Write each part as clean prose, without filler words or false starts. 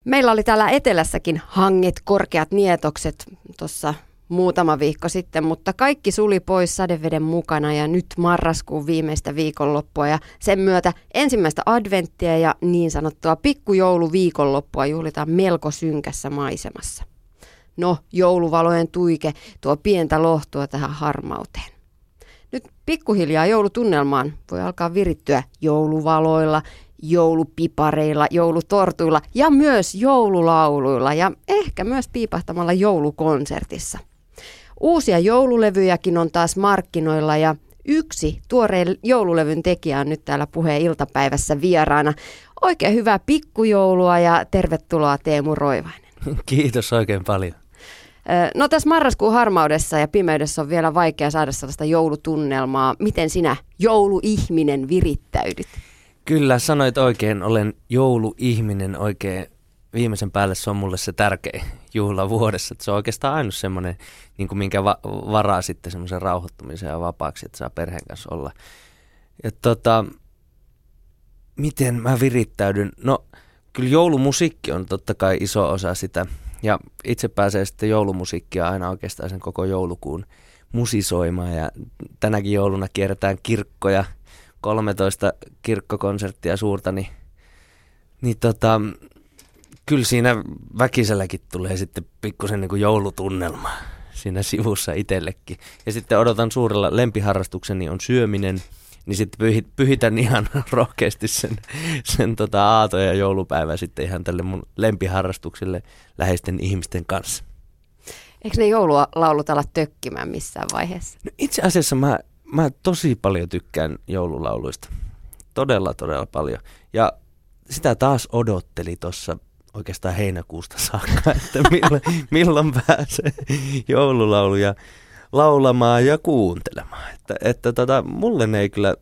Meillä oli täällä etelässäkin hanget, korkeat nietokset tuossa muutama viikko sitten, mutta kaikki suli pois sadeveden mukana ja nyt marraskuun viimeistä viikonloppua ja sen myötä ensimmäistä adventtia ja niin sanottua pikkujouluviikonloppua juhlitaan melko synkässä maisemassa. No, jouluvalojen tuike tuo pientä lohtua tähän harmauteen. Nyt pikkuhiljaa joulutunnelmaan voi alkaa virittyä jouluvaloilla, joulupipareilla, joulutortuilla ja myös joululauluilla ja ehkä myös piipahtamalla joulukonsertissa. Uusia joululevyjäkin on taas markkinoilla ja yksi tuoreen joululevyn tekijä on nyt täällä Puheen iltapäivässä vieraana. Oikein hyvää pikkujoulua ja tervetuloa Teemu Roivainen. Kiitos oikein paljon. No tässä marraskuun harmaudessa ja pimeydessä on vielä vaikea saada sellaista joulutunnelmaa. Miten sinä jouluihminen virittäydyt? Kyllä, sanoit oikein, olen jouluihminen oikein. Viimeisen päälle se on mulle se tärkein juhla vuodessa. Että se on oikeastaan ainut semmoinen, niin kuin minkä varaa sitten semmoisen rauhoittumisen ja vapaaksi, että saa perheen kanssa olla. Ja miten mä virittäydyn? No, kyllä joulumusiikki on totta kai iso osa sitä. Ja itse pääsee sitten joulumusiikkia aina oikeastaan sen koko joulukuun musisoimaan. Ja tänäkin jouluna kierretään kirkkoja, 13 kirkkokonserttia suurta, niin kyllä siinä väkiselläkin tulee sitten pikkusen niin kuin joulutunnelma siinä sivussa itsellekin. Ja sitten odotan suurella lempiharrastukseni on syöminen, niin sitten pyhitän ihan rohkeasti sen aato- ja joulupäivä sitten ihan tälle mun lempiharrastukselle läheisten ihmisten kanssa. Eikö ne joululaulut ala tökkimään missään vaiheessa? No itse asiassa mä tosi paljon tykkään joululauluista. Todella, todella paljon. Ja sitä taas odotteli tuossa oikeastaan heinäkuusta saakka, että milloin pääsee joululauluja laulamaan ja kuuntelemaan. Että mulle ei kyllä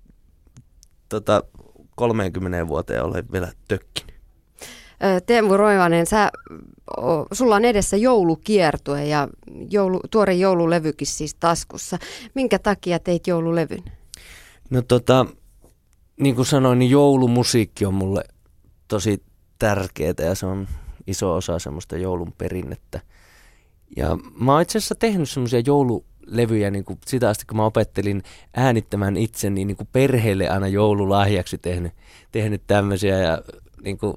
30 vuoteen ole vielä tökkinyt. Teemu Roivainen, sulla on edessä joulukiertue ja tuore joululevykin siis taskussa. Minkä takia teit joululevyn? No niin kuin sanoin, niin joulumusiikki on mulle tosi tärkeää ja se on iso osa semmoista joulun perinnettä. Ja mä oon itse asiassa tehnyt semmoisia joululevyjä niin kuin sitä asti, kun mä opettelin äänittämään itse, niin kuin perheelle aina joululahjaksi tehnyt tämmöisiä ja niin kuin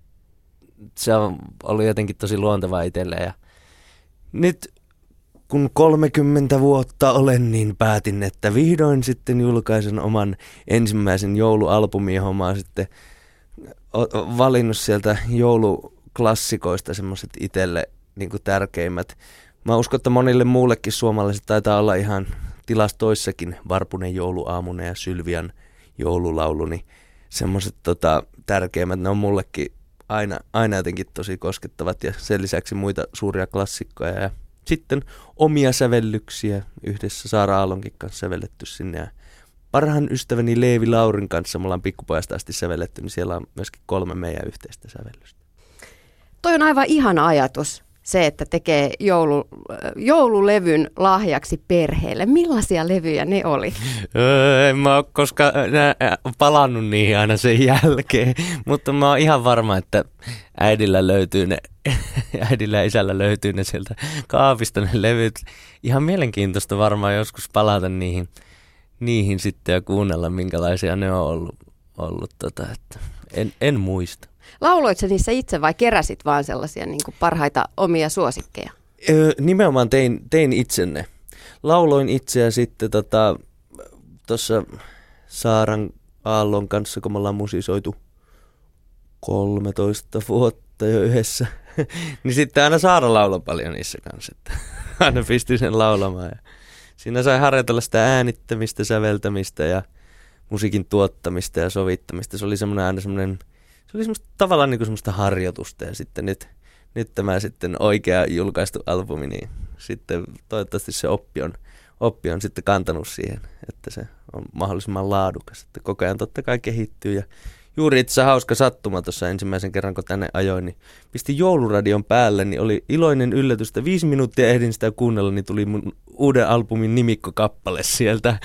se on ollut jotenkin tosi luontevaa itselle. Ja nyt kun 30 vuotta olen, niin päätin, että vihdoin sitten julkaisen oman ensimmäisen joulualbumin, johon mä oon sitten valinnut sieltä jouluklassikoista semmoiset itselle niin kuin tärkeimmät. Mä uskon, että monille muullekin suomalaiset taitaa olla ihan tilastoissakin Varpunen jouluaamuna ja Sylvian joululaulu, niin semmoiset tärkeimmät, ne on mullekin aina jotenkin tosi koskettavat ja sen lisäksi muita suuria klassikkoja ja sitten omia sävellyksiä yhdessä Saara Aallonkin kanssa sävelletty sinne ja parhaan ystäväni Leevi Laurin kanssa me ollaan pikkupojasta asti sävelletty, niin siellä on myöskin 3 meidän yhteistä sävellystä. Toi on aivan ihana ajatus, se, että tekee joululevyn lahjaksi perheelle. Millaisia levyjä ne oli? En mä ole koskaan palannut niihin aina sen jälkeen, mutta mä oon ihan varma, että äidillä ja isällä löytyy ne sieltä kaapista ne levyt. Ihan mielenkiintoista varmaan joskus palata niihin sitten ja kuunnella, minkälaisia ne on ollut että en muista. Lauloit sä niissä itse vai keräsit vaan sellaisia niin kuin parhaita omia suosikkeja? Nimenomaan tein itsenne. Lauloin itse ja sitten tuossa Saaran Aallon kanssa, kun me ollaan musisoitu 13 vuotta jo yhdessä, niin sitten aina Saara lauloi paljon niissä kanssa. Että aina pisti sen laulamaan. Ja siinä sai harjoitella sitä äänittämistä, säveltämistä ja musiikin tuottamista ja sovittamista. Se oli semmoista tavallaan niin kuin semmoista harjoitusta ja sitten nyt tämä sitten oikea julkaistu albumi, niin sitten toivottavasti se oppi on sitten kantanut siihen, että se on mahdollisimman laadukas. Että koko ajan totta kai kehittyy ja juuri itse asiassa hauska sattuma tuossa ensimmäisen kerran, kun tänne ajoin, niin pistin jouluradion päälle, niin oli iloinen yllätys, että 5 minuuttia ehdin sitä kuunnella, niin tuli mun uuden albumin nimikkokappale sieltä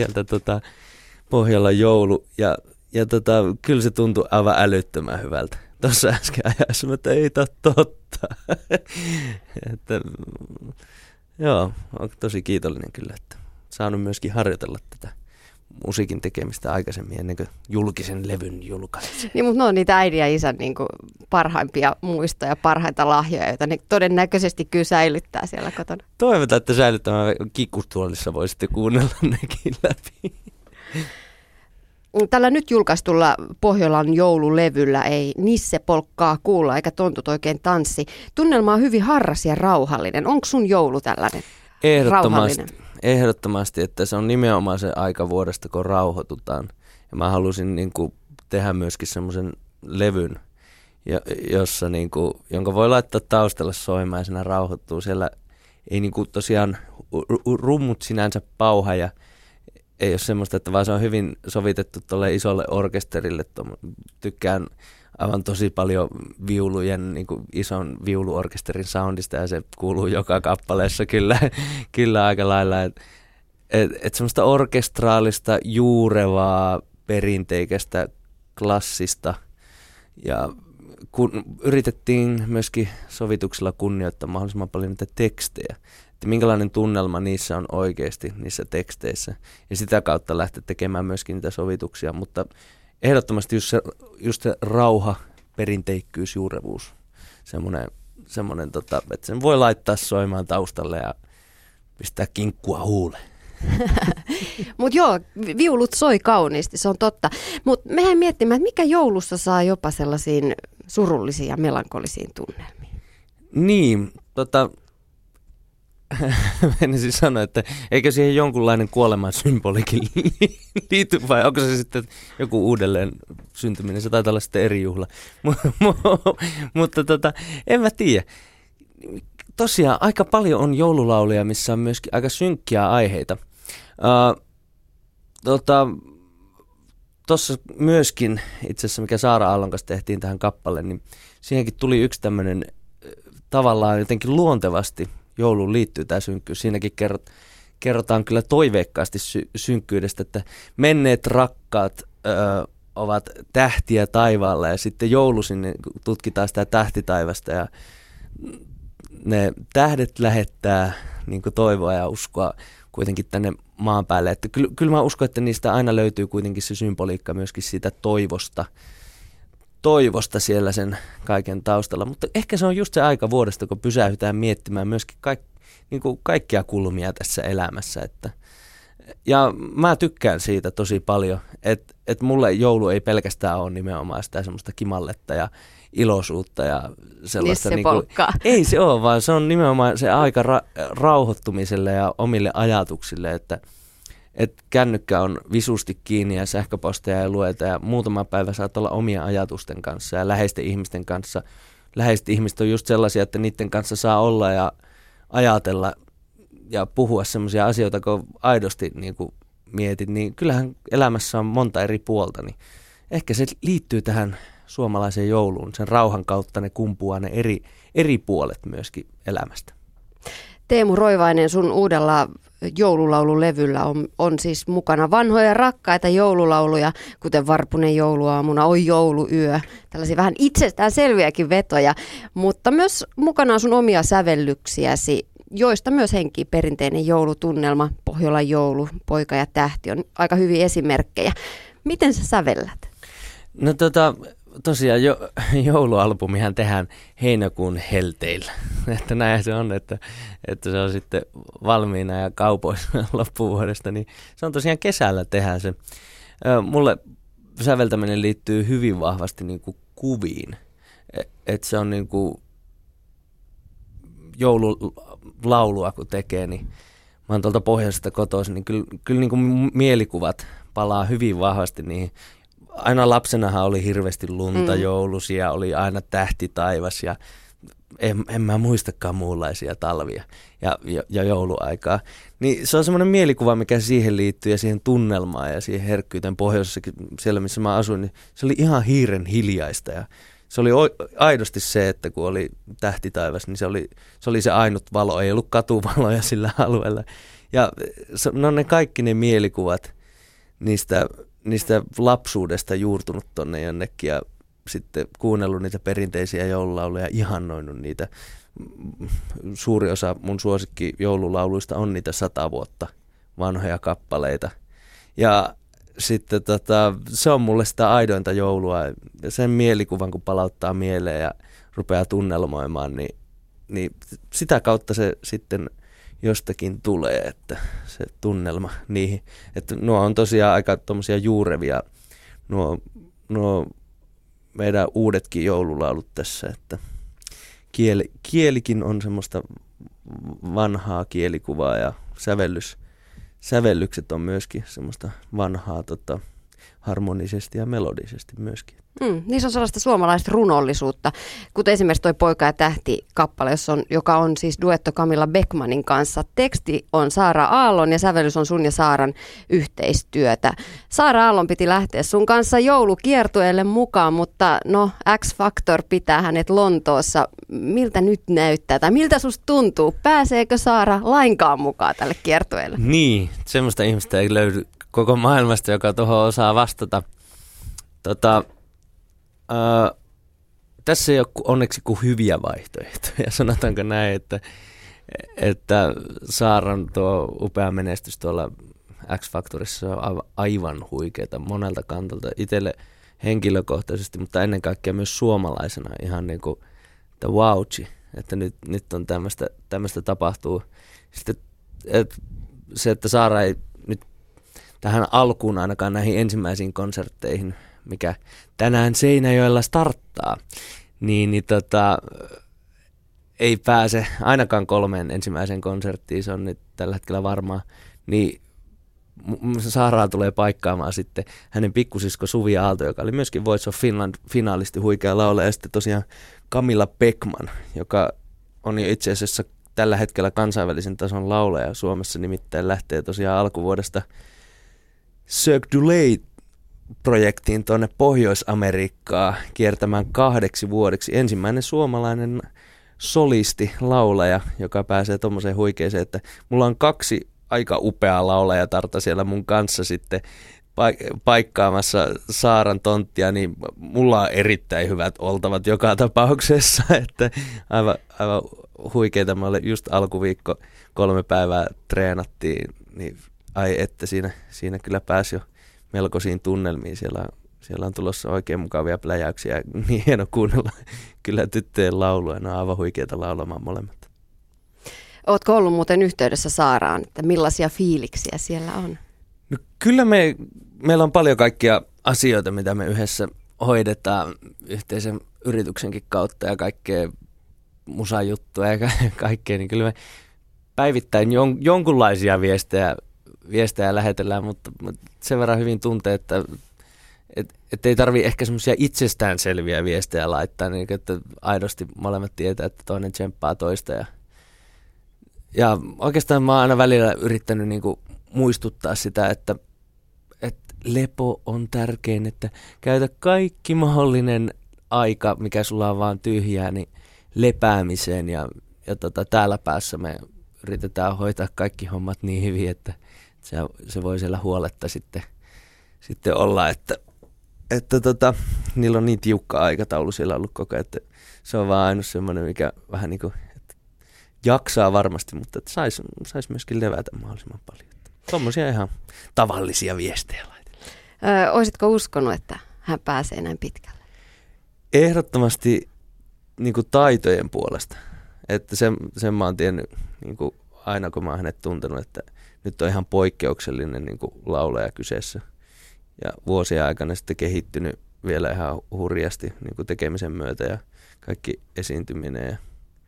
Pohjolan joulu ja kyllä se tuntui aivan älyttömän hyvältä. tuossa äsken ajassa, että ei tämä totta. Että, joo, olen tosi kiitollinen kyllä, että saanut myöskin harjoitella tätä musiikin tekemistä aikaisemmin ennen kuin julkisen levyn julkaisin. Niin, mutta ne on niitä äidin ja isän niin kuin parhaimpia muistoja, parhaita lahjoja, joita ne todennäköisesti kyllä säilyttää siellä kotona. Toivotaan, että säilyttämään kikkustuolissa voisitte kuunnella nekin läpi. Tällä nyt julkaistulla Pohjolan joululevyllä ei nissepolkkaa kuulla eikä tontut oikein tanssi. Tunnelma on hyvin harras ja rauhallinen. Onko sun joulu tällainen rauhallinen? Ehdottomasti, että se on nimenomaan se aika vuodesta, kun rauhoitutaan. Ja mä halusin niin kuin tehdä myöskin semmoisen levyn, jossa, niin kuin, jonka voi laittaa taustalle soimaan ja siinä rauhoittuu. Siellä ei niin kuin tosiaan rummut sinänsä pauha ja ei ole semmoista, että vaan se on hyvin sovitettu tuolle isolle orkesterille. Tykkään aivan tosi paljon viulujen, niin kuin ison viuluorkesterin soundista ja se kuuluu joka kappaleessa kyllä aika lailla. Et semmoista orkestraalista, juurevaa, perinteikästä, klassista ja kun yritettiin myöskin sovituksella kunnioittaa mahdollisimman paljon niitä tekstejä, että minkälainen tunnelma niissä on oikeasti niissä teksteissä ja sitä kautta lähteä tekemään myöskin niitä sovituksia, mutta ehdottomasti just se rauha, perinteikkyys, juurevuus, semmoinen että sen voi laittaa soimaan taustalle ja pistää kinkkua huuleen. Mutta joo, viulut soi kauniisti, se on totta. Mutta mehän miettimään, että mikä joulussa saa jopa sellaisiin surullisiin ja melankolisiin tunnelmiin. Niin, menisin sanoa, että eikö siihen jonkunlainen kuoleman symbolikin liity vai onko se sitten joku uudelleen syntyminen, se taitaa olla sitten eri juhla. Mutta en mä tiedä. Tosiaan aika paljon on joululauluja, missä on myöskin aika synkkiä aiheita. Tuossa myöskin itse asiassa, mikä Saara Aallon kanssa tehtiin tähän kappaleen, niin siihenkin tuli yksi tämmöinen tavallaan jotenkin luontevasti jouluun liittyy tämä synkkyys. Siinäkin kerrotaan kyllä toiveikkaasti synkkyydestä, että menneet rakkaat ovat tähtiä taivaalla ja sitten joulusin tutkitaan sitä tähtitaivasta ja ne tähdet lähettää niin kuin toivoa ja uskoa kuitenkin tänne maan päälle. Että kyllä mä uskon, että niistä aina löytyy kuitenkin se symboliikka myöskin siitä toivosta siellä sen kaiken taustalla. Mutta ehkä se on just se aika vuodesta, kun pysähytään miettimään myöskin niin kuin kaikkia kulmia tässä elämässä. Ja mä tykkään siitä tosi paljon, että mulle joulu ei pelkästään ole nimenomaan sitä semmoista kimalletta ja iloisuutta ja sellaista. Niin kuin, ei se ole, vaan se on nimenomaan se aika rauhoittumiselle ja omille ajatuksille, että kännykkä on visusti kiinni ja sähköposteja ei lueta ja muutama päivä saat olla omien ajatusten kanssa ja läheisten ihmisten kanssa. Läheiset ihmiset on just sellaisia, että niiden kanssa saa olla ja ajatella ja puhua semmoisia asioita, kun aidosti niin kuin mietit, niin kyllähän elämässä on monta eri puolta, niin ehkä se liittyy tähän suomalaiseen jouluun. Sen rauhan kautta ne kumpuaa ne eri puolet myöskin elämästä. Teemu Roivainen, sun uudella joululaululevyllä on siis mukana vanhoja rakkaita joululauluja, kuten Varpunen jouluaamuna, Oi jouluyö, tällaisia vähän itsestäänselviäkin vetoja, mutta myös mukana on sun omia sävellyksiäsi, joista myös henkii perinteinen joulutunnelma, Pohjolan joulu, Poika ja tähti on aika hyviä esimerkkejä. Miten sä sävellät? No tosiaan joulualbumihan tehdään heinäkuun helteillä, että näin se on, että se on sitten valmiina ja kaupoissa loppuvuodesta, niin se on tosiaan kesällä tehdään se. Mulle säveltäminen liittyy hyvin vahvasti niin kuin kuviin, että se on niin kuin joululaulua kun tekee, niin mä oon tuolta pohjoisesta kotoisin, niin kyllä niin kuin mielikuvat palaa hyvin vahvasti niihin. Aina lapsenahan oli hirveästi lunta joulusia, oli aina tähti taivas ja en mä muistakaan muunlaisia talvia ja jouluaikaa. Niin se on semmoinen mielikuva, mikä siihen liittyy ja siihen tunnelmaan ja siihen herkkyyteen pohjoisessakin, siellä missä mä asuin, niin se oli ihan hiiren hiljaista ja se oli aidosti se, että kun oli tähti taivas, niin se oli se ainut valo, ei ollut katuvaloja sillä alueella. Ja no ne kaikki ne mielikuvat niistä lapsuudesta juurtunut tonne jonnekin ja sitten kuunnellut niitä perinteisiä joululauluja ja ihannoinut niitä. Suuri osa mun suosikki joululauluista on niitä 100 vuotta vanhoja kappaleita. Ja sitten se on mulle sitä aidointa joulua. Ja sen mielikuvan, kun palauttaa mieleen ja rupeaa tunnelmoimaan, niin sitä kautta se sitten jostakin tulee, että se tunnelma niihin. Että nuo on tosiaan aika tommosia juurevia, nuo meidän uudetkin joululaulut tässä, että kielikin on semmoista vanhaa kielikuvaa ja sävellykset on myöskin semmoista vanhaa harmonisesti ja melodisesti myöskin. Niissä on sellaista suomalaista runollisuutta, kuten esimerkiksi toi Poika ja tähti-kappale, joka on siis duetto Camilla Beckmanin kanssa. Teksti on Saara Aallon ja sävellys on sun ja Saaran yhteistyötä. Saara Aallon piti lähteä sun kanssa joulukiertueelle mukaan, mutta no X-Factor pitää hänet Lontoossa. Miltä nyt näyttää tai miltä susta tuntuu? Pääseekö Saara lainkaan mukaan tälle kiertueelle? Niin, semmoista ihmistä ei löydy koko maailmasta, joka tuohon osaa vastata. Tässä ei ole onneksi kuin hyviä vaihtoehtoja. Sanotaanko näin, että Saaran tuo upea menestys tuolla X-Factorissa on aivan huikeeta monelta kantalta. Itselle henkilökohtaisesti, mutta ennen kaikkea myös suomalaisena ihan niin kuin wauchi, että nyt on tämmöistä tapahtuu. Sitten se, että Saara ei nyt tähän alkuun ainakaan näihin ensimmäisiin konsertteihin, mikä tänään Seinäjoella starttaa, niin ei pääse ainakaan 3 ensimmäiseen konserttiin, se on nyt tällä hetkellä varmaa, niin Saaraa tulee paikkaamaan sitten hänen pikkusisko Suvi Aalto, joka oli myöskin Voice of Finland -finaalisti, huikea laulaja, ja sitten tosiaan Camilla Beckman, joka on jo itse asiassa tällä hetkellä kansainvälisen tason laulaja Suomessa, nimittäin lähtee tosiaan alkuvuodesta Cirque du Soleil-projektiin tuonne Pohjois-Amerikkaa kiertämään 2 vuodeksi. Ensimmäinen suomalainen solisti, laulaja, joka pääsee tommoseen huikeeseen, että mulla on 2 aika upeaa laulajatarta siellä mun kanssa sitten paikkaamassa Saaran tonttia, niin mulla on erittäin hyvät oltavat joka tapauksessa, että aivan huikeita. Mä olin just alkuviikko 3 päivää treenattiin, niin ai että siinä kyllä pääsi jo melkoisiin tunnelmiin. Siellä on tulossa oikein mukavia pläjäyksiä, niin hieno kuunnella kyllä tyttöjen laulua. Ne on aivan huikeita laulamaan molemmat. Ootko ollut muuten yhteydessä Saaraan, että millaisia fiiliksiä siellä on? No, kyllä meillä on paljon kaikkia asioita, mitä me yhdessä hoidetaan yhteisen yrityksenkin kautta ja kaikkea musajuttuja ja kaikkea, niin kyllä me päivittäin jonkunlaisia viestejä lähetellään, mutta sen verran hyvin tuntee, että ei tarvitse ehkä semmoisia itsestäänselviä viestejä laittaa, niin että aidosti molemmat tietää, että toinen tsemppaa toista. Ja oikeastaan mä oon aina välillä yrittänyt niin kuin muistuttaa sitä, että lepo on tärkein, että käytä kaikki mahdollinen aika, mikä sulla on vaan tyhjää, niin lepäämiseen. Ja täällä päässä me yritetään hoitaa kaikki hommat niin hyvin, että se voi siellä huoletta sitten olla, että niillä on niin tiukka aikataulu siellä ollut koko ajan, että se on vaan aina semmoinen, mikä vähän niin kuin jaksaa varmasti, mutta että sais myöskin levätä mahdollisimman paljon. Tuommoisia ihan tavallisia viestejä laitella. Olisitko uskonut, että hän pääsee näin pitkälle? Ehdottomasti niin kuin taitojen puolesta. Että sen mä oon tiennyt niin kuin aina, kun mä oon hänet tuntenut, että nyt on ihan poikkeuksellinen niin kuin laulaja kyseessä. Ja vuosien aikana sitten kehittynyt vielä ihan hurjasti niin kuin tekemisen myötä ja kaikki esiintyminen ja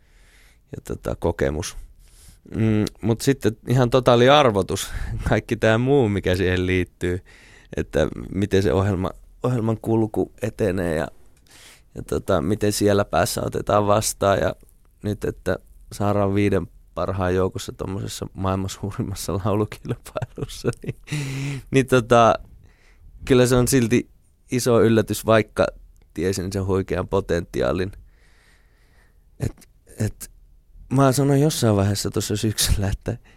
kokemus. Mutta sitten ihan totaali arvotus, kaikki tämä muu, mikä siihen liittyy, että miten se ohjelman kulku etenee ja miten siellä päässä otetaan vastaan. Ja nyt, että Saara on 5 parhaan joukossa tuommoisessa maailman suurimmassa laulukilpailussa, niin kyllä se on silti iso yllätys, vaikka tiesin sen huikean potentiaalin. Mä sanoin jossain vaiheessa tuossa syksyllä, että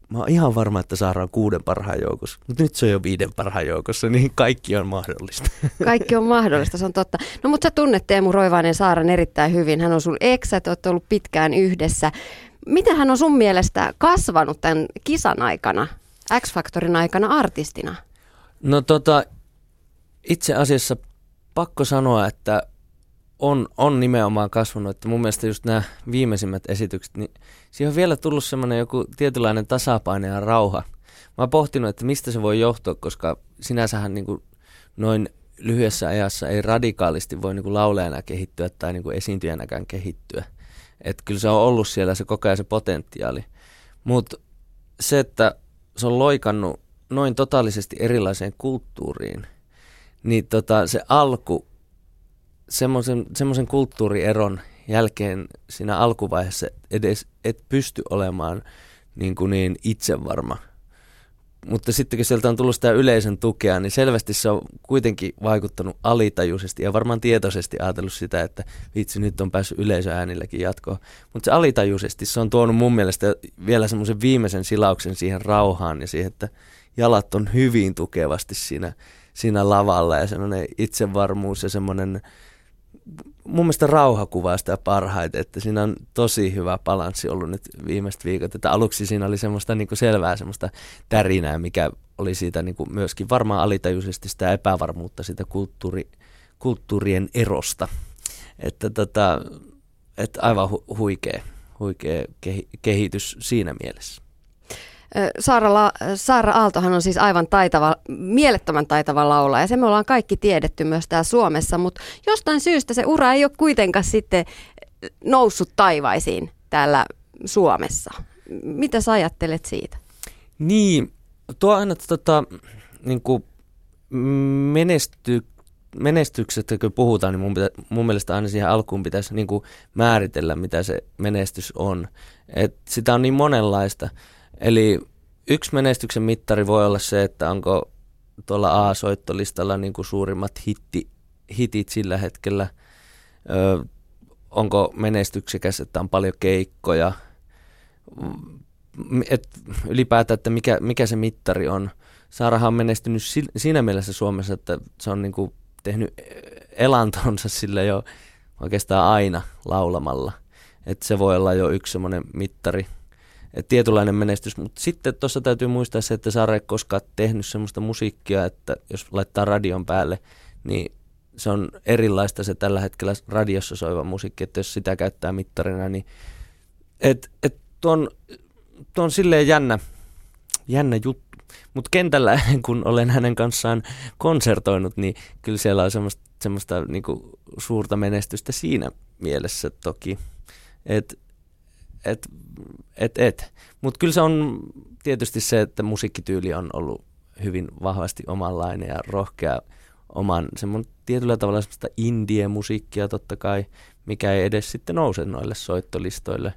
mä oon ihan varma, että saadaan 6 parhaan joukossa. Mutta nyt se on jo 5 parhaan joukossa, niin kaikki on mahdollista. Kaikki on mahdollista, se on totta. No mutta sä tunnet Teemu Roivainen Saaran erittäin hyvin. Hän on sun eksä, te olette ollut pitkään yhdessä. Miten hän on sun mielestä kasvanut tämän kisan aikana, X-Factorin aikana artistina? No itse asiassa pakko sanoa, että on nimenomaan kasvanut, että mun mielestä just nämä viimeisimmät esitykset, niin siihen on vielä tullut semmoinen joku tietynlainen tasapaino ja rauha. Mä oon pohtinut, että mistä se voi johtua, koska sinänsähän niin kuin noin lyhyessä ajassa ei radikaalisti voi niin kuin laulajana kehittyä tai niin kuin esiintyjänäkään kehittyä. Että kyllä se on ollut siellä se koko ajan se potentiaali. Mutta se, että se on loikannut noin totaalisesti erilaiseen kulttuuriin, niin se alku, semmoisen kulttuurieron jälkeen siinä alkuvaiheessa edes et pysty olemaan niin itsevarma. Mutta sitten kun sieltä on tullut sitä yleisön tukea, niin selvästi se on kuitenkin vaikuttanut alitajuisesti ja varmaan tietoisesti ajatellut sitä, että vitsi, nyt on päässyt yleisöäänilläkin jatkoon. Mutta se alitajuisesti se on tuonut mun mielestä vielä semmoisen viimeisen silauksen siihen rauhaan ja siihen, että jalat on hyvin tukevasti siinä lavalla ja semmoinen itsevarmuus ja semmoinen mun mielestä rauha kuvaa sitä parhaiten, että siinä on tosi hyvä balanssi ollut nyt viimeiset viikot, että aluksi siinä oli semmoista niin kuin selvää semmoista tärinää, mikä oli siitä niin kuin myöskin varmaan alitajuisesti sitä epävarmuutta siitä kulttuurien erosta, että aivan huikea kehitys siinä mielessä. Saara Aaltohan on siis aivan mielettömän taitava laulaja ja se me ollaan kaikki tiedetty myös täällä Suomessa, mutta jostain syystä se ura ei ole kuitenkaan sitten noussut taivaisiin täällä Suomessa. Mitä sä ajattelet siitä? Niin, tuo aina niin kuin menestyksestä kun puhutaan, niin mun mielestä aina siihen alkuun pitäisi niin kuin määritellä, mitä se menestys on. Et sitä on niin monenlaista. Eli yksi menestyksen mittari voi olla se, että onko tuolla A-soittolistalla niin kuin suurimmat hitit sillä hetkellä, onko menestyksekäs, että on paljon keikkoja, ylipäätään, että mikä se mittari on. Saarahan on menestynyt siinä mielessä Suomessa, että se on niin kuin tehnyt elantonsa sille jo oikeastaan aina laulamalla. Että se voi olla jo yksi semmoinen mittari. Tietynlainen menestys, mutta sitten tuossa täytyy muistaa se, että Saara ei koskaan tehnyt semmoista musiikkia, että jos laittaa radion päälle, niin se on erilaista se tällä hetkellä radiossa soiva musiikki, että jos sitä käyttää mittarina, niin tuo on silleen jännä juttu. Mutta kentällä, kun olen hänen kanssaan konsertoinut, niin kyllä siellä on semmoista niinku suurta menestystä siinä mielessä toki, Mutta kyllä se on tietysti se, että musiikkityyli on ollut hyvin vahvasti omanlainen ja rohkea oman semmoinen tietyllä tavalla semmoista indie-musiikkia totta kai, mikä ei edes sitten nouse noille soittolistoille.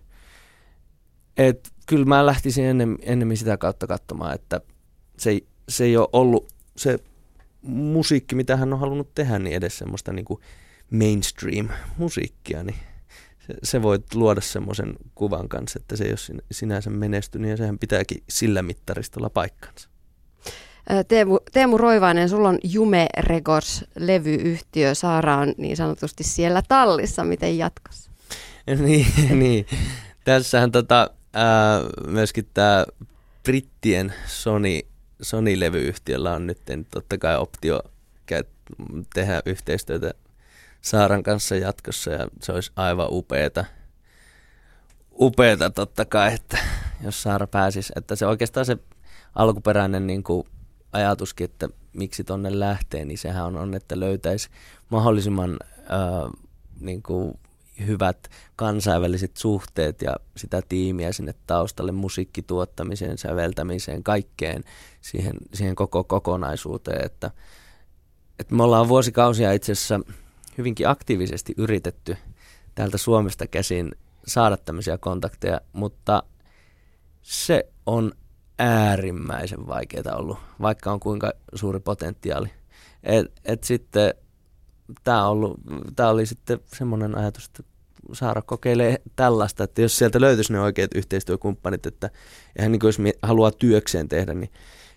Kyllä mä lähtisin ennemmin sitä kautta katsomaan, että se ei ole ollut se musiikki, mitä hän on halunnut tehdä, niin edes semmoista niin kuin mainstream-musiikkia, niin se voi luoda semmoisen kuvan kanssa, että se ei ole sinänsä menestynyt ja sehän pitääkin sillä mittaristolla paikkansa. Teemu Roivainen, sulla on Jume Records-levyyhtiö. Saara on niin sanotusti siellä tallissa. Miten jatkossa? niin. Tässähän myöskin tämä brittien Sony-levyyhtiöllä on nyt totta kai optio tehdä yhteistyötä Saaran kanssa jatkossa ja se olisi aivan upeeta totta kai, että jos Saara pääsisi, että se oikeastaan se alkuperäinen niin kuin ajatuskin, että miksi tonne lähtee, niin sehän on, että löytäisi mahdollisimman niin kuin hyvät kansainväliset suhteet ja sitä tiimiä sinne taustalle musiikkituottamiseen, säveltämiseen, kaikkeen siihen koko kokonaisuuteen, että me ollaan vuosikausia itse asiassa hyvinkin aktiivisesti yritetty täältä Suomesta käsin saada tämmöisiä kontakteja, mutta se on äärimmäisen vaikeaa ollut, vaikka on kuinka suuri potentiaali. Sitten tämä oli sitten semmoinen ajatus, että Saara kokeilee tällaista, että jos sieltä löytyisi ne oikeat yhteistyökumppanit, että eihän niin kuin jos haluaa työkseen tehdä, niin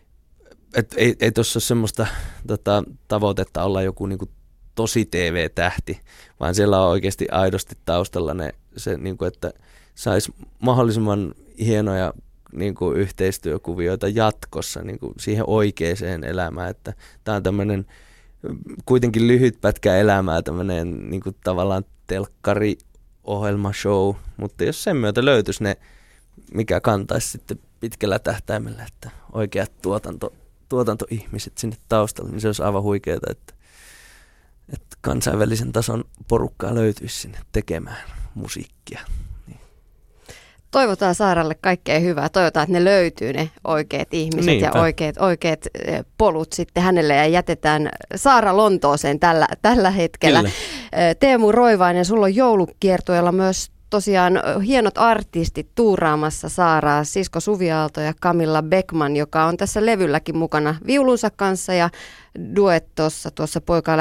ei tuossa ole semmoista tavoitetta olla joku niin kuin tosi TV-tähti, vaan siellä on oikeasti aidosti taustalla se, niin kuin, että saisi mahdollisimman hienoja niin kuin yhteistyökuvioita jatkossa niin kuin siihen oikeaan elämään, että tämä on tämmöinen kuitenkin lyhyt pätkä elämää, tämmöinen niin kuin tavallaan telkkariohjelmashow, mutta jos sen myötä löytyisi ne, mikä kantaisi sitten pitkällä tähtäimellä, että oikeat tuotantoihmiset sinne taustalle, niin se olisi aivan huikeaa, että kansainvälisen tason porukkaa löytyisi sinne tekemään musiikkia. Niin. Toivotaan Saaralle kaikkea hyvää. Toivotaan, että ne löytyy ne oikeat ihmiset Niinpä. Ja oikeat polut sitten hänelle ja jätetään Saara Lontooseen tällä hetkellä. Kyllä. Teemu Roivainen, sulla on joulukiertueella myös tosiaan hienot artistit tuuraamassa Saaraa, Sisko Suvi-Aalto ja Camilla Beckman, joka on tässä levylläkin mukana viulunsa kanssa ja duettossa tuossa Poika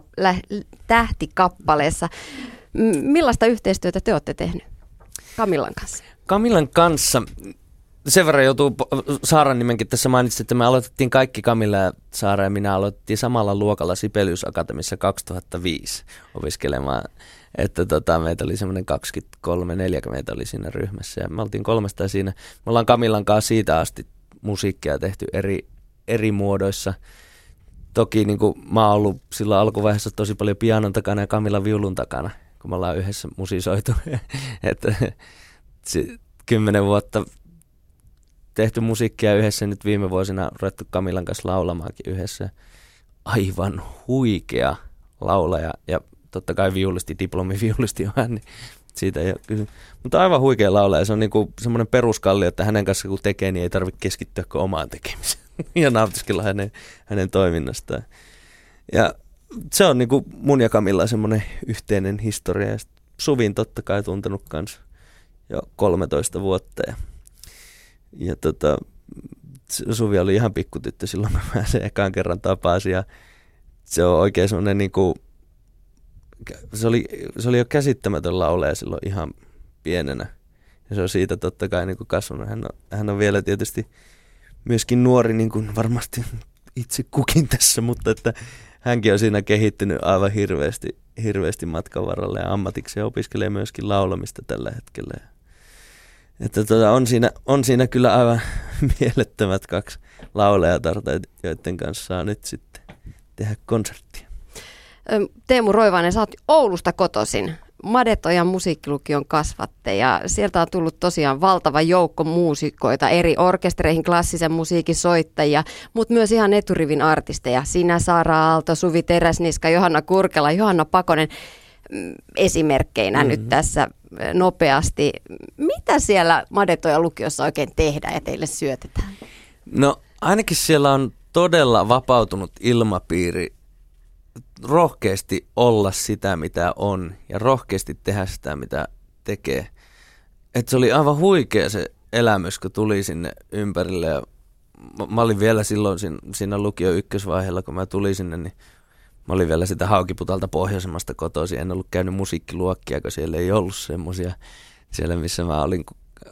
tähtikappaleessa. Millaista yhteistyötä te olette tehnyt Camillan kanssa? Camillan kanssa, sen verran joutuu Saaran nimenkin tässä mainitsin, että me aloitettiin kaikki Camilla ja Saara ja minä aloitettiin samalla luokalla Sibelius Akatemiassa 2005 opiskelemaan. Että meitä oli semmoinen 23-40 oli siinä ryhmässä ja me oltiin 3 siinä. Me ollaan Camillan kanssa siitä asti musiikkia tehty eri muodoissa. Toki niin kuin mä oon ollut silloin alkuvaiheessa tosi paljon pianon takana ja Camillan viulun takana, kun me ollaan yhdessä musisoitu. Että 10 vuotta tehty musiikkia yhdessä, nyt viime vuosina ruvettu Camillan kanssa laulamaankin yhdessä. Aivan huikea laulaja ja totta kai diplomiviulisti on hän, niin siitä ei ole kysymys. Mutta aivan huikea laulaja. Se on niinku semmoinen peruskallio, että hänen kanssa kun tekee, niin ei tarvitse keskittyä kuin omaan tekemiseen ja nautiskella hänen toiminnastaan. Ja se on niinku mun ja Camilla semmoinen yhteinen historia. Ja Suvin totta kai tuntenut kanssa jo 13 vuotta. Ja Suvi oli ihan pikkutyttö silloin, kun mä sen ekaan kerran tapasin. Ja se on oikein semmoinen niinku se oli jo käsittämätön laulaja silloin ihan pienenä. Ja se on siitä totta kai niin kuin kasvanut. Hän on vielä tietysti myöskin nuori, niin kuin varmasti itse kukin tässä, mutta että hänkin on siinä kehittynyt aivan hirveästi matkan varrella ja ammatikseen opiskelee myöskin laulamista tällä hetkellä. Että on siinä kyllä aivan mielettömät 2 laulajatarta, joiden kanssa saa nyt sitten tehdä konserttia. Teemu Roivainen, sä oot Oulusta kotoisin, Madetojan musiikkilukion kasvatteja. Sieltä on tullut tosiaan valtava joukko muusikoita, eri orkestereihin klassisen musiikin soittajia, mutta myös ihan eturivin artisteja. Sinä, Saara Aalto, Suvi Teräsniska, Johanna Kurkela, Johanna Pakonen esimerkkeinä nyt tässä nopeasti. Mitä siellä Madetojan lukiossa oikein tehdään ja teille syötetään? No ainakin siellä on todella vapautunut ilmapiiri rohkeasti olla sitä, mitä on, ja rohkeasti tehdä sitä, mitä tekee. Että se oli aivan huikea se elämys, kun tuli sinne ympärille. Ja mä olin vielä silloin siinä lukio ykkösvaiheella, kun mä tulin sinne, niin mä olin vielä sitä Haukiputalta pohjoisemmasta kotoisin. En ollut käynyt musiikkiluokkia, kun siellä ei ollut semmoisia. Siellä, missä mä olin,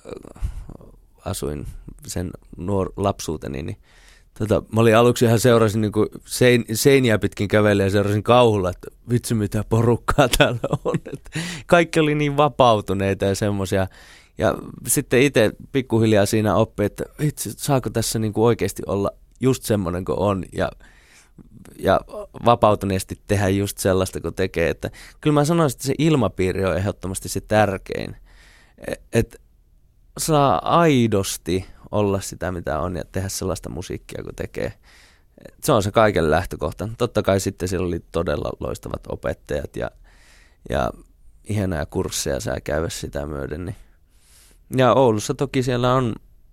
asuin sen lapsuuteni, niin mä olin aluksi ihan seurasin niin kuin seiniä pitkin kävellä ja seurasin kauhulla, että vitsi mitä porukkaa täällä on. Että kaikki oli niin vapautuneita ja semmoisia. Ja sitten itse pikkuhiljaa siinä oppi, että vitsi, saako tässä niin kuin oikeasti olla just semmoinen kuin on ja vapautuneesti tehdä just sellaista kuin tekee. Että kyllä mä sanoisin, että se ilmapiiri on ehdottomasti se tärkein. Että saa aidosti olla sitä, mitä on, ja tehdä sellaista musiikkia, kun tekee. Se on se kaiken lähtökohta. Totta kai sitten siellä oli todella loistavat opettajat ja hienoja kursseja saa käydä sitä myöden. Niin. Ja Oulussa toki siellä on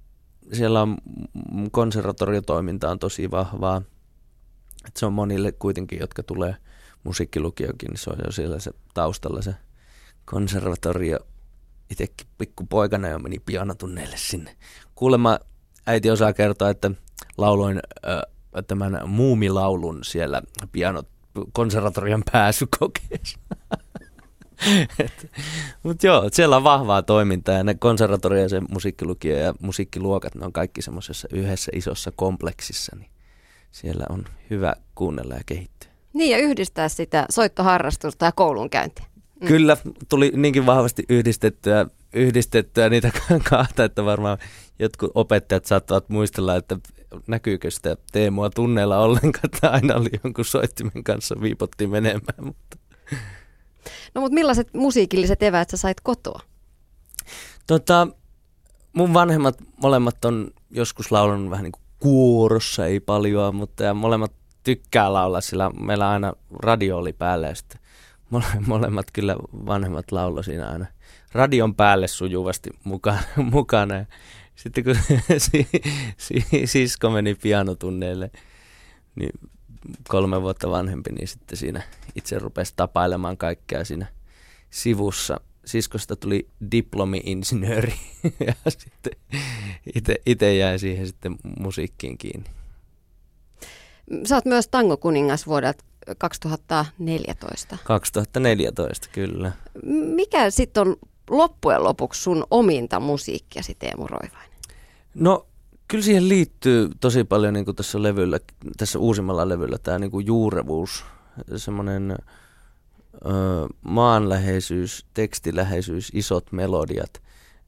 konservatoriotoiminta on tosi vahvaa. Et se on monille kuitenkin, jotka tulee musiikkilukiokin, niin se on jo siellä se taustalla se konservatorio. Itsekin pikkupoikana jo meni pianotunneille sinne. Kuulemma äiti osaa kertoa, että lauloin tämän muumilaulun siellä konservatorion pääsykokeessa. Mutta joo, siellä on vahvaa toimintaa ja ne konservatorio ja se musiikkilukio ja musiikkiluokat, ne on kaikki semmoisessa yhdessä isossa kompleksissa, niin siellä on hyvä kuunnella ja kehittyä. Niin ja yhdistää sitä soittoharrastusta ja koulunkäyntiä. Kyllä, tuli niinkin vahvasti yhdistettyä niitä kahta, että varmaan jotkut opettajat saattavat muistella, että näkyykö sitä Teemua tunneilla ollenkaan, että aina oli jonkun soittimen kanssa viipottiin menemään. Mutta. No mutta millaiset musiikilliset eväät sä sait kotoa? Mun vanhemmat molemmat on joskus laulanut vähän niin kuin kuorossa, ei paljon, mutta ja molemmat tykkää laulaa, sillä meillä aina radio oli päällä ja sitten molemmat kyllä vanhemmat lauloi siinä aina radion päälle sujuvasti mukana. Ja sitten kun sisko meni pianotunneille, niin 3 vuotta vanhempi, niin sitten siinä itse rupesi tapailemaan kaikkea siinä sivussa. Siskosta tuli diplomi-insinööri ja sitten itse jäi siihen sitten musiikkiin kiinni. Sä oot myös tangokuningas vuodelta 2014. 2014, kyllä. Mikä sitten on loppujen lopuksi sun ominta musiikkiasi, Teemu Roivainen? No kyllä siihen liittyy tosi paljon niin kuin tässä uusimmalla levyllä tämä niin kuin juurevuus, semmoinen maanläheisyys, tekstiläheisyys, isot melodiat.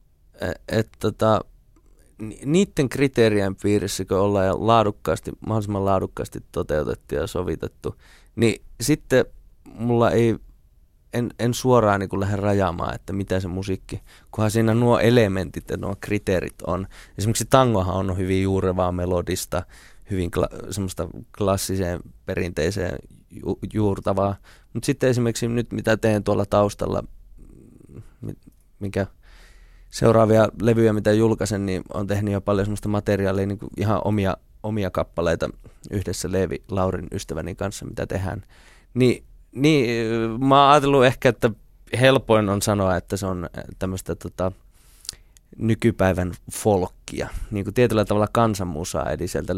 Niiden kriteerien piirissä, kun ollaan ja mahdollisimman laadukkaasti toteutettu ja sovitettu, niin sitten mulla en suoraan niin kuin lähde rajaamaan, että mitä se musiikki, kunhan siinä nuo elementit ja nuo kriteerit on. Esimerkiksi tangohan on hyvin juurevaa melodista, hyvin semmoista klassiseen, perinteiseen juurtavaa. Mutta sitten esimerkiksi nyt mitä teen tuolla taustalla, mikä seuraavia levyjä mitä julkaisen, niin on tehnyt jo paljon semmoista materiaalia, niin kuin ihan omia kappaleita yhdessä Leevi Laurin ystäväni kanssa, mitä tehdään. Niin mä oon ajatellut ehkä, että helpoin on sanoa, että se on tämmöistä nykypäivän folkkia, niin kuin tietyllä tavalla kansanmusaa, eli sieltä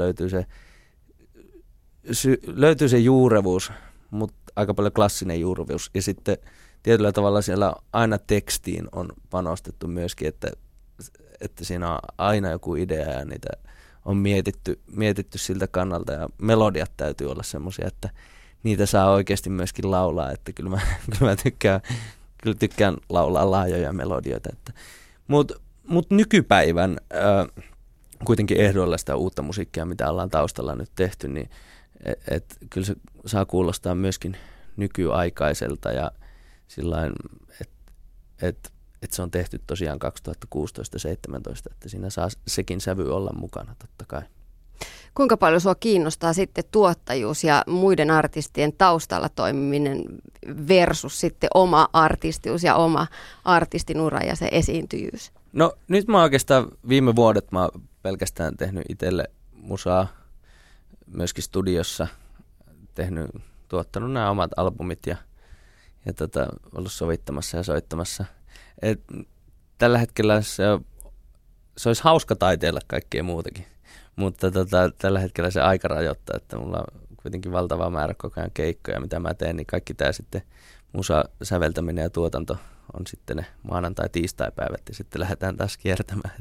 löytyy se juurevuus, mutta aika paljon klassinen juurevuus, ja sitten tietyllä tavalla siellä aina tekstiin on panostettu myöskin, että siinä on aina joku idea ja niitä on mietitty siltä kannalta, ja melodiat täytyy olla semmoisia, että niitä saa oikeasti myöskin laulaa, että kyllä mä tykkään laulaa laajoja melodioita. Mutta nykypäivän kuitenkin ehdoilla sitä uutta musiikkia, mitä ollaan taustalla nyt tehty, niin kyllä se saa kuulostaa myöskin nykyaikaiselta ja sillain, että se on tehty tosiaan 2016-2017, että siinä saa sekin sävy olla mukana totta kai. Kuinka paljon sua kiinnostaa sitten tuottajuus ja muiden artistien taustalla toimiminen versus sitten oma artistius ja oma artistin ura ja se esiintyjyys? No nyt mä oikeastaan viime vuodet mä oon pelkästään tehnyt itselle musaa myöskin studiossa, tuottanut nämä omat albumit ja ollut sovittamassa ja soittamassa. Tällä hetkellä se olisi hauska taiteella kaikkea muutakin. Mutta tällä hetkellä se aika rajoittaa, että mulla on kuitenkin valtava määrä koko ajan keikkoja, mitä mä teen, niin kaikki tämä sitten musa-säveltäminen ja tuotanto on sitten ne maanantai-tiistaipäivät ja sitten lähdetään taas kiertämään.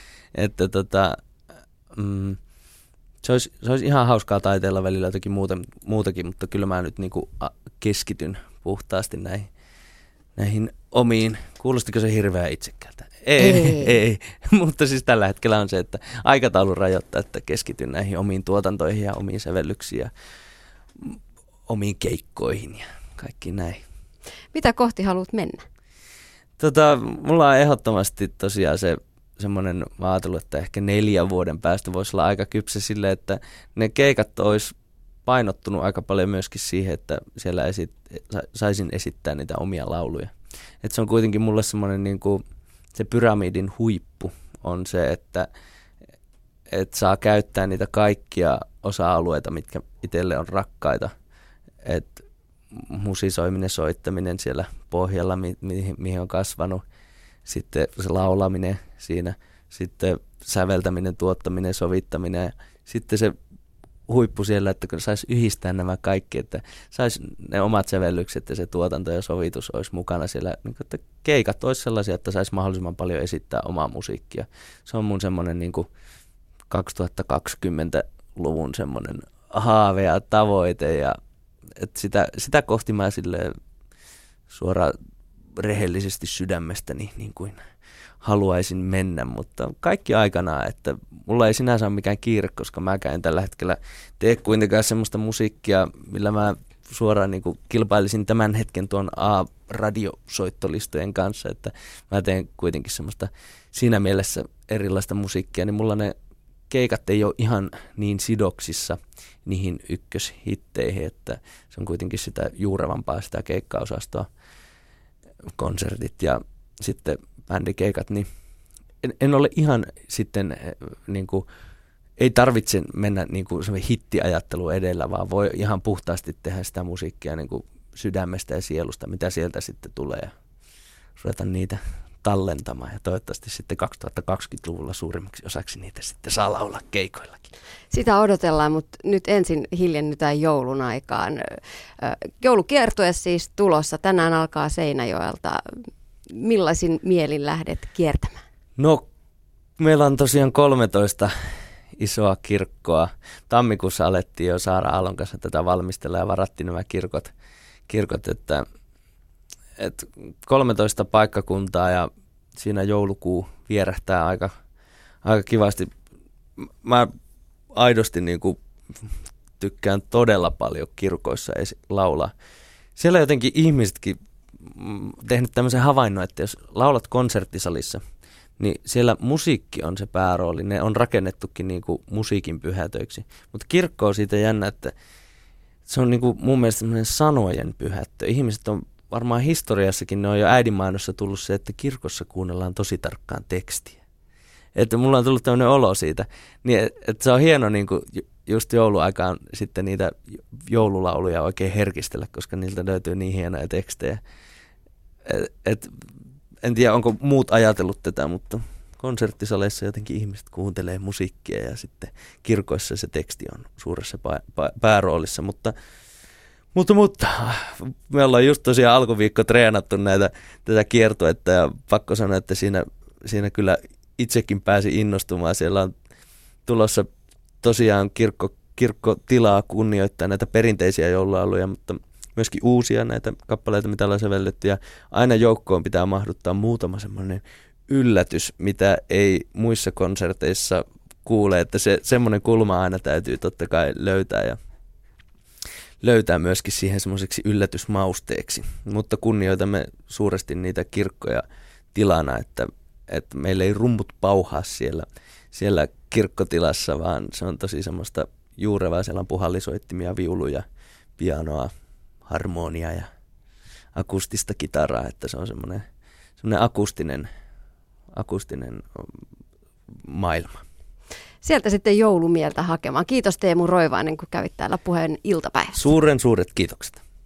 Se olisi ihan hauskaa taiteella välillä jotakin muutakin, mutta kyllä mä nyt niinku keskityn puhtaasti näihin omiin. Kuulostiko se hirveän itsekkäältä? Ei. Mutta siis tällä hetkellä on se, että aikataulu rajoittaa, että keskityn näihin omiin tuotantoihin ja omiin sävellyksiin ja omiin keikkoihin ja kaikki näin. Mitä kohti haluat mennä? Mulla on ehdottomasti tosiaan semmoinen ajatellut, että ehkä 4 vuoden päästä voisi olla aika kypsä sille, että ne keikat olisi painottunut aika paljon myöskin siihen, että siellä saisin esittää niitä omia lauluja. Et se on kuitenkin mulle semmoinen niin kuin se pyramidin huippu on se, että saa käyttää niitä kaikkia osa-alueita, mitkä itselle on rakkaita. Et musisoiminen, soittaminen siellä pohjalla, mihin on kasvanut, sitten se laulaminen siinä, sitten säveltäminen, tuottaminen, sovittaminen, sitten se huippu siellä, että kun saisi yhdistää nämä kaikki, että saisi ne omat sävellykset ja se tuotanto ja sovitus olisi mukana siellä, niin kuin, että keikat olisi sellaisia, että saisi mahdollisimman paljon esittää omaa musiikkia. Se on mun semmoinen niin kuin 2020-luvun semmoinen haave ja tavoite, ja että sitä kohti mä silleen suoraan rehellisesti sydämestäni niin kuin haluaisin mennä, mutta kaikki aikanaan, että mulla ei sinänsä ole mikään kiire, koska mä en tällä hetkellä tee kuitenkaan semmoista musiikkia, millä mä suoraan niin kuin kilpailisin tämän hetken tuon radiosoittolistojen kanssa, että mä teen kuitenkin semmoista siinä mielessä erilaista musiikkia, niin mulla ne keikat ei ole ihan niin sidoksissa niihin ykköshitteihin, että se on kuitenkin sitä juurevampaa sitä keikkaosastoa, konsertit ja sitten bändikeikat, niin en ole ihan sitten, niin kuin, ei tarvitse mennä niin kuin hittiajattelu edellä, vaan voi ihan puhtaasti tehdä sitä musiikkia niin kuin sydämestä ja sielusta, mitä sieltä sitten tulee, ja ruveta niitä tallentamaan, ja toivottavasti sitten 2020-luvulla suurimmaksi osaksi niitä sitten saa laulaa keikoillakin. Sitä odotellaan, mutta nyt ensin hiljennytään joulun aikaan. Joulukiertue siis tulossa. Tänään alkaa Seinäjoelta. Millaisin mielin lähdet kiertämään? No, meillä on tosiaan 13 isoa kirkkoa. Tammikuussa alettiin jo Saara Aallon kanssa tätä valmistella ja varattiin nämä kirkot että 13 paikkakuntaa ja siinä joulukuu vierähtää aika kivasti. Mä aidosti niin kuin tykkään todella paljon kirkoissa laulaa. Siellä jotenkin ihmisetkin tehnyt tämmöisen havainnon, että jos laulat konserttisalissa, niin siellä musiikki on se päärooli. Ne on rakennettukin niin kuin musiikin pyhätöiksi. Mutta kirkko on siitä jännä, että se on niin kuin mun mielestä semmoinen sanojen pyhättö. Ihmiset on varmaan historiassakin, ne on jo äidinmainossa tullut se, että kirkossa kuunnellaan tosi tarkkaan tekstiä. Että mulla on tullut tämmöinen olo siitä. Niin, että se on hieno niin kuin just jouluaikaan sitten niitä joululauluja oikein herkistellä, koska niiltä löytyy niin hienoja tekstejä. En tiedä, onko muut ajatellut tätä, mutta konserttisaleissa jotenkin ihmiset kuuntelee musiikkia ja sitten kirkoissa se teksti on suuressa pääroolissa. Mutta me ollaan just tosiaan alkuviikko treenattu tätä kiertuetta ja pakko sanoa, että siinä kyllä itsekin pääsi innostumaan. Siellä on tulossa tosiaan kirkkotilaa kunnioittaa näitä perinteisiä joululauluja, mutta myöskin uusia näitä kappaleita, mitä ollaan sävelletty. Ja aina joukkoon pitää mahduttaa muutama semmoinen yllätys, mitä ei muissa konserteissa kuule. Että semmoinen kulma aina täytyy totta kai löytää ja löytää myöskin siihen semmoiseksi yllätysmausteeksi. Mutta kunnioitamme suuresti niitä kirkkoja tilana, että meillä ei rummut pauhaa siellä kirkkotilassa, vaan se on tosi semmoista juurevaa. Siellä on puhallisoittimia, viuluja, pianoa, harmonia ja akustista kitaraa, että se on semmoinen akustinen maailma. Sieltä sitten joulumieltä hakemaan. Kiitos Teemu Roivainen, kun kävit täällä Puheen iltapäivässä. Suuret kiitokset.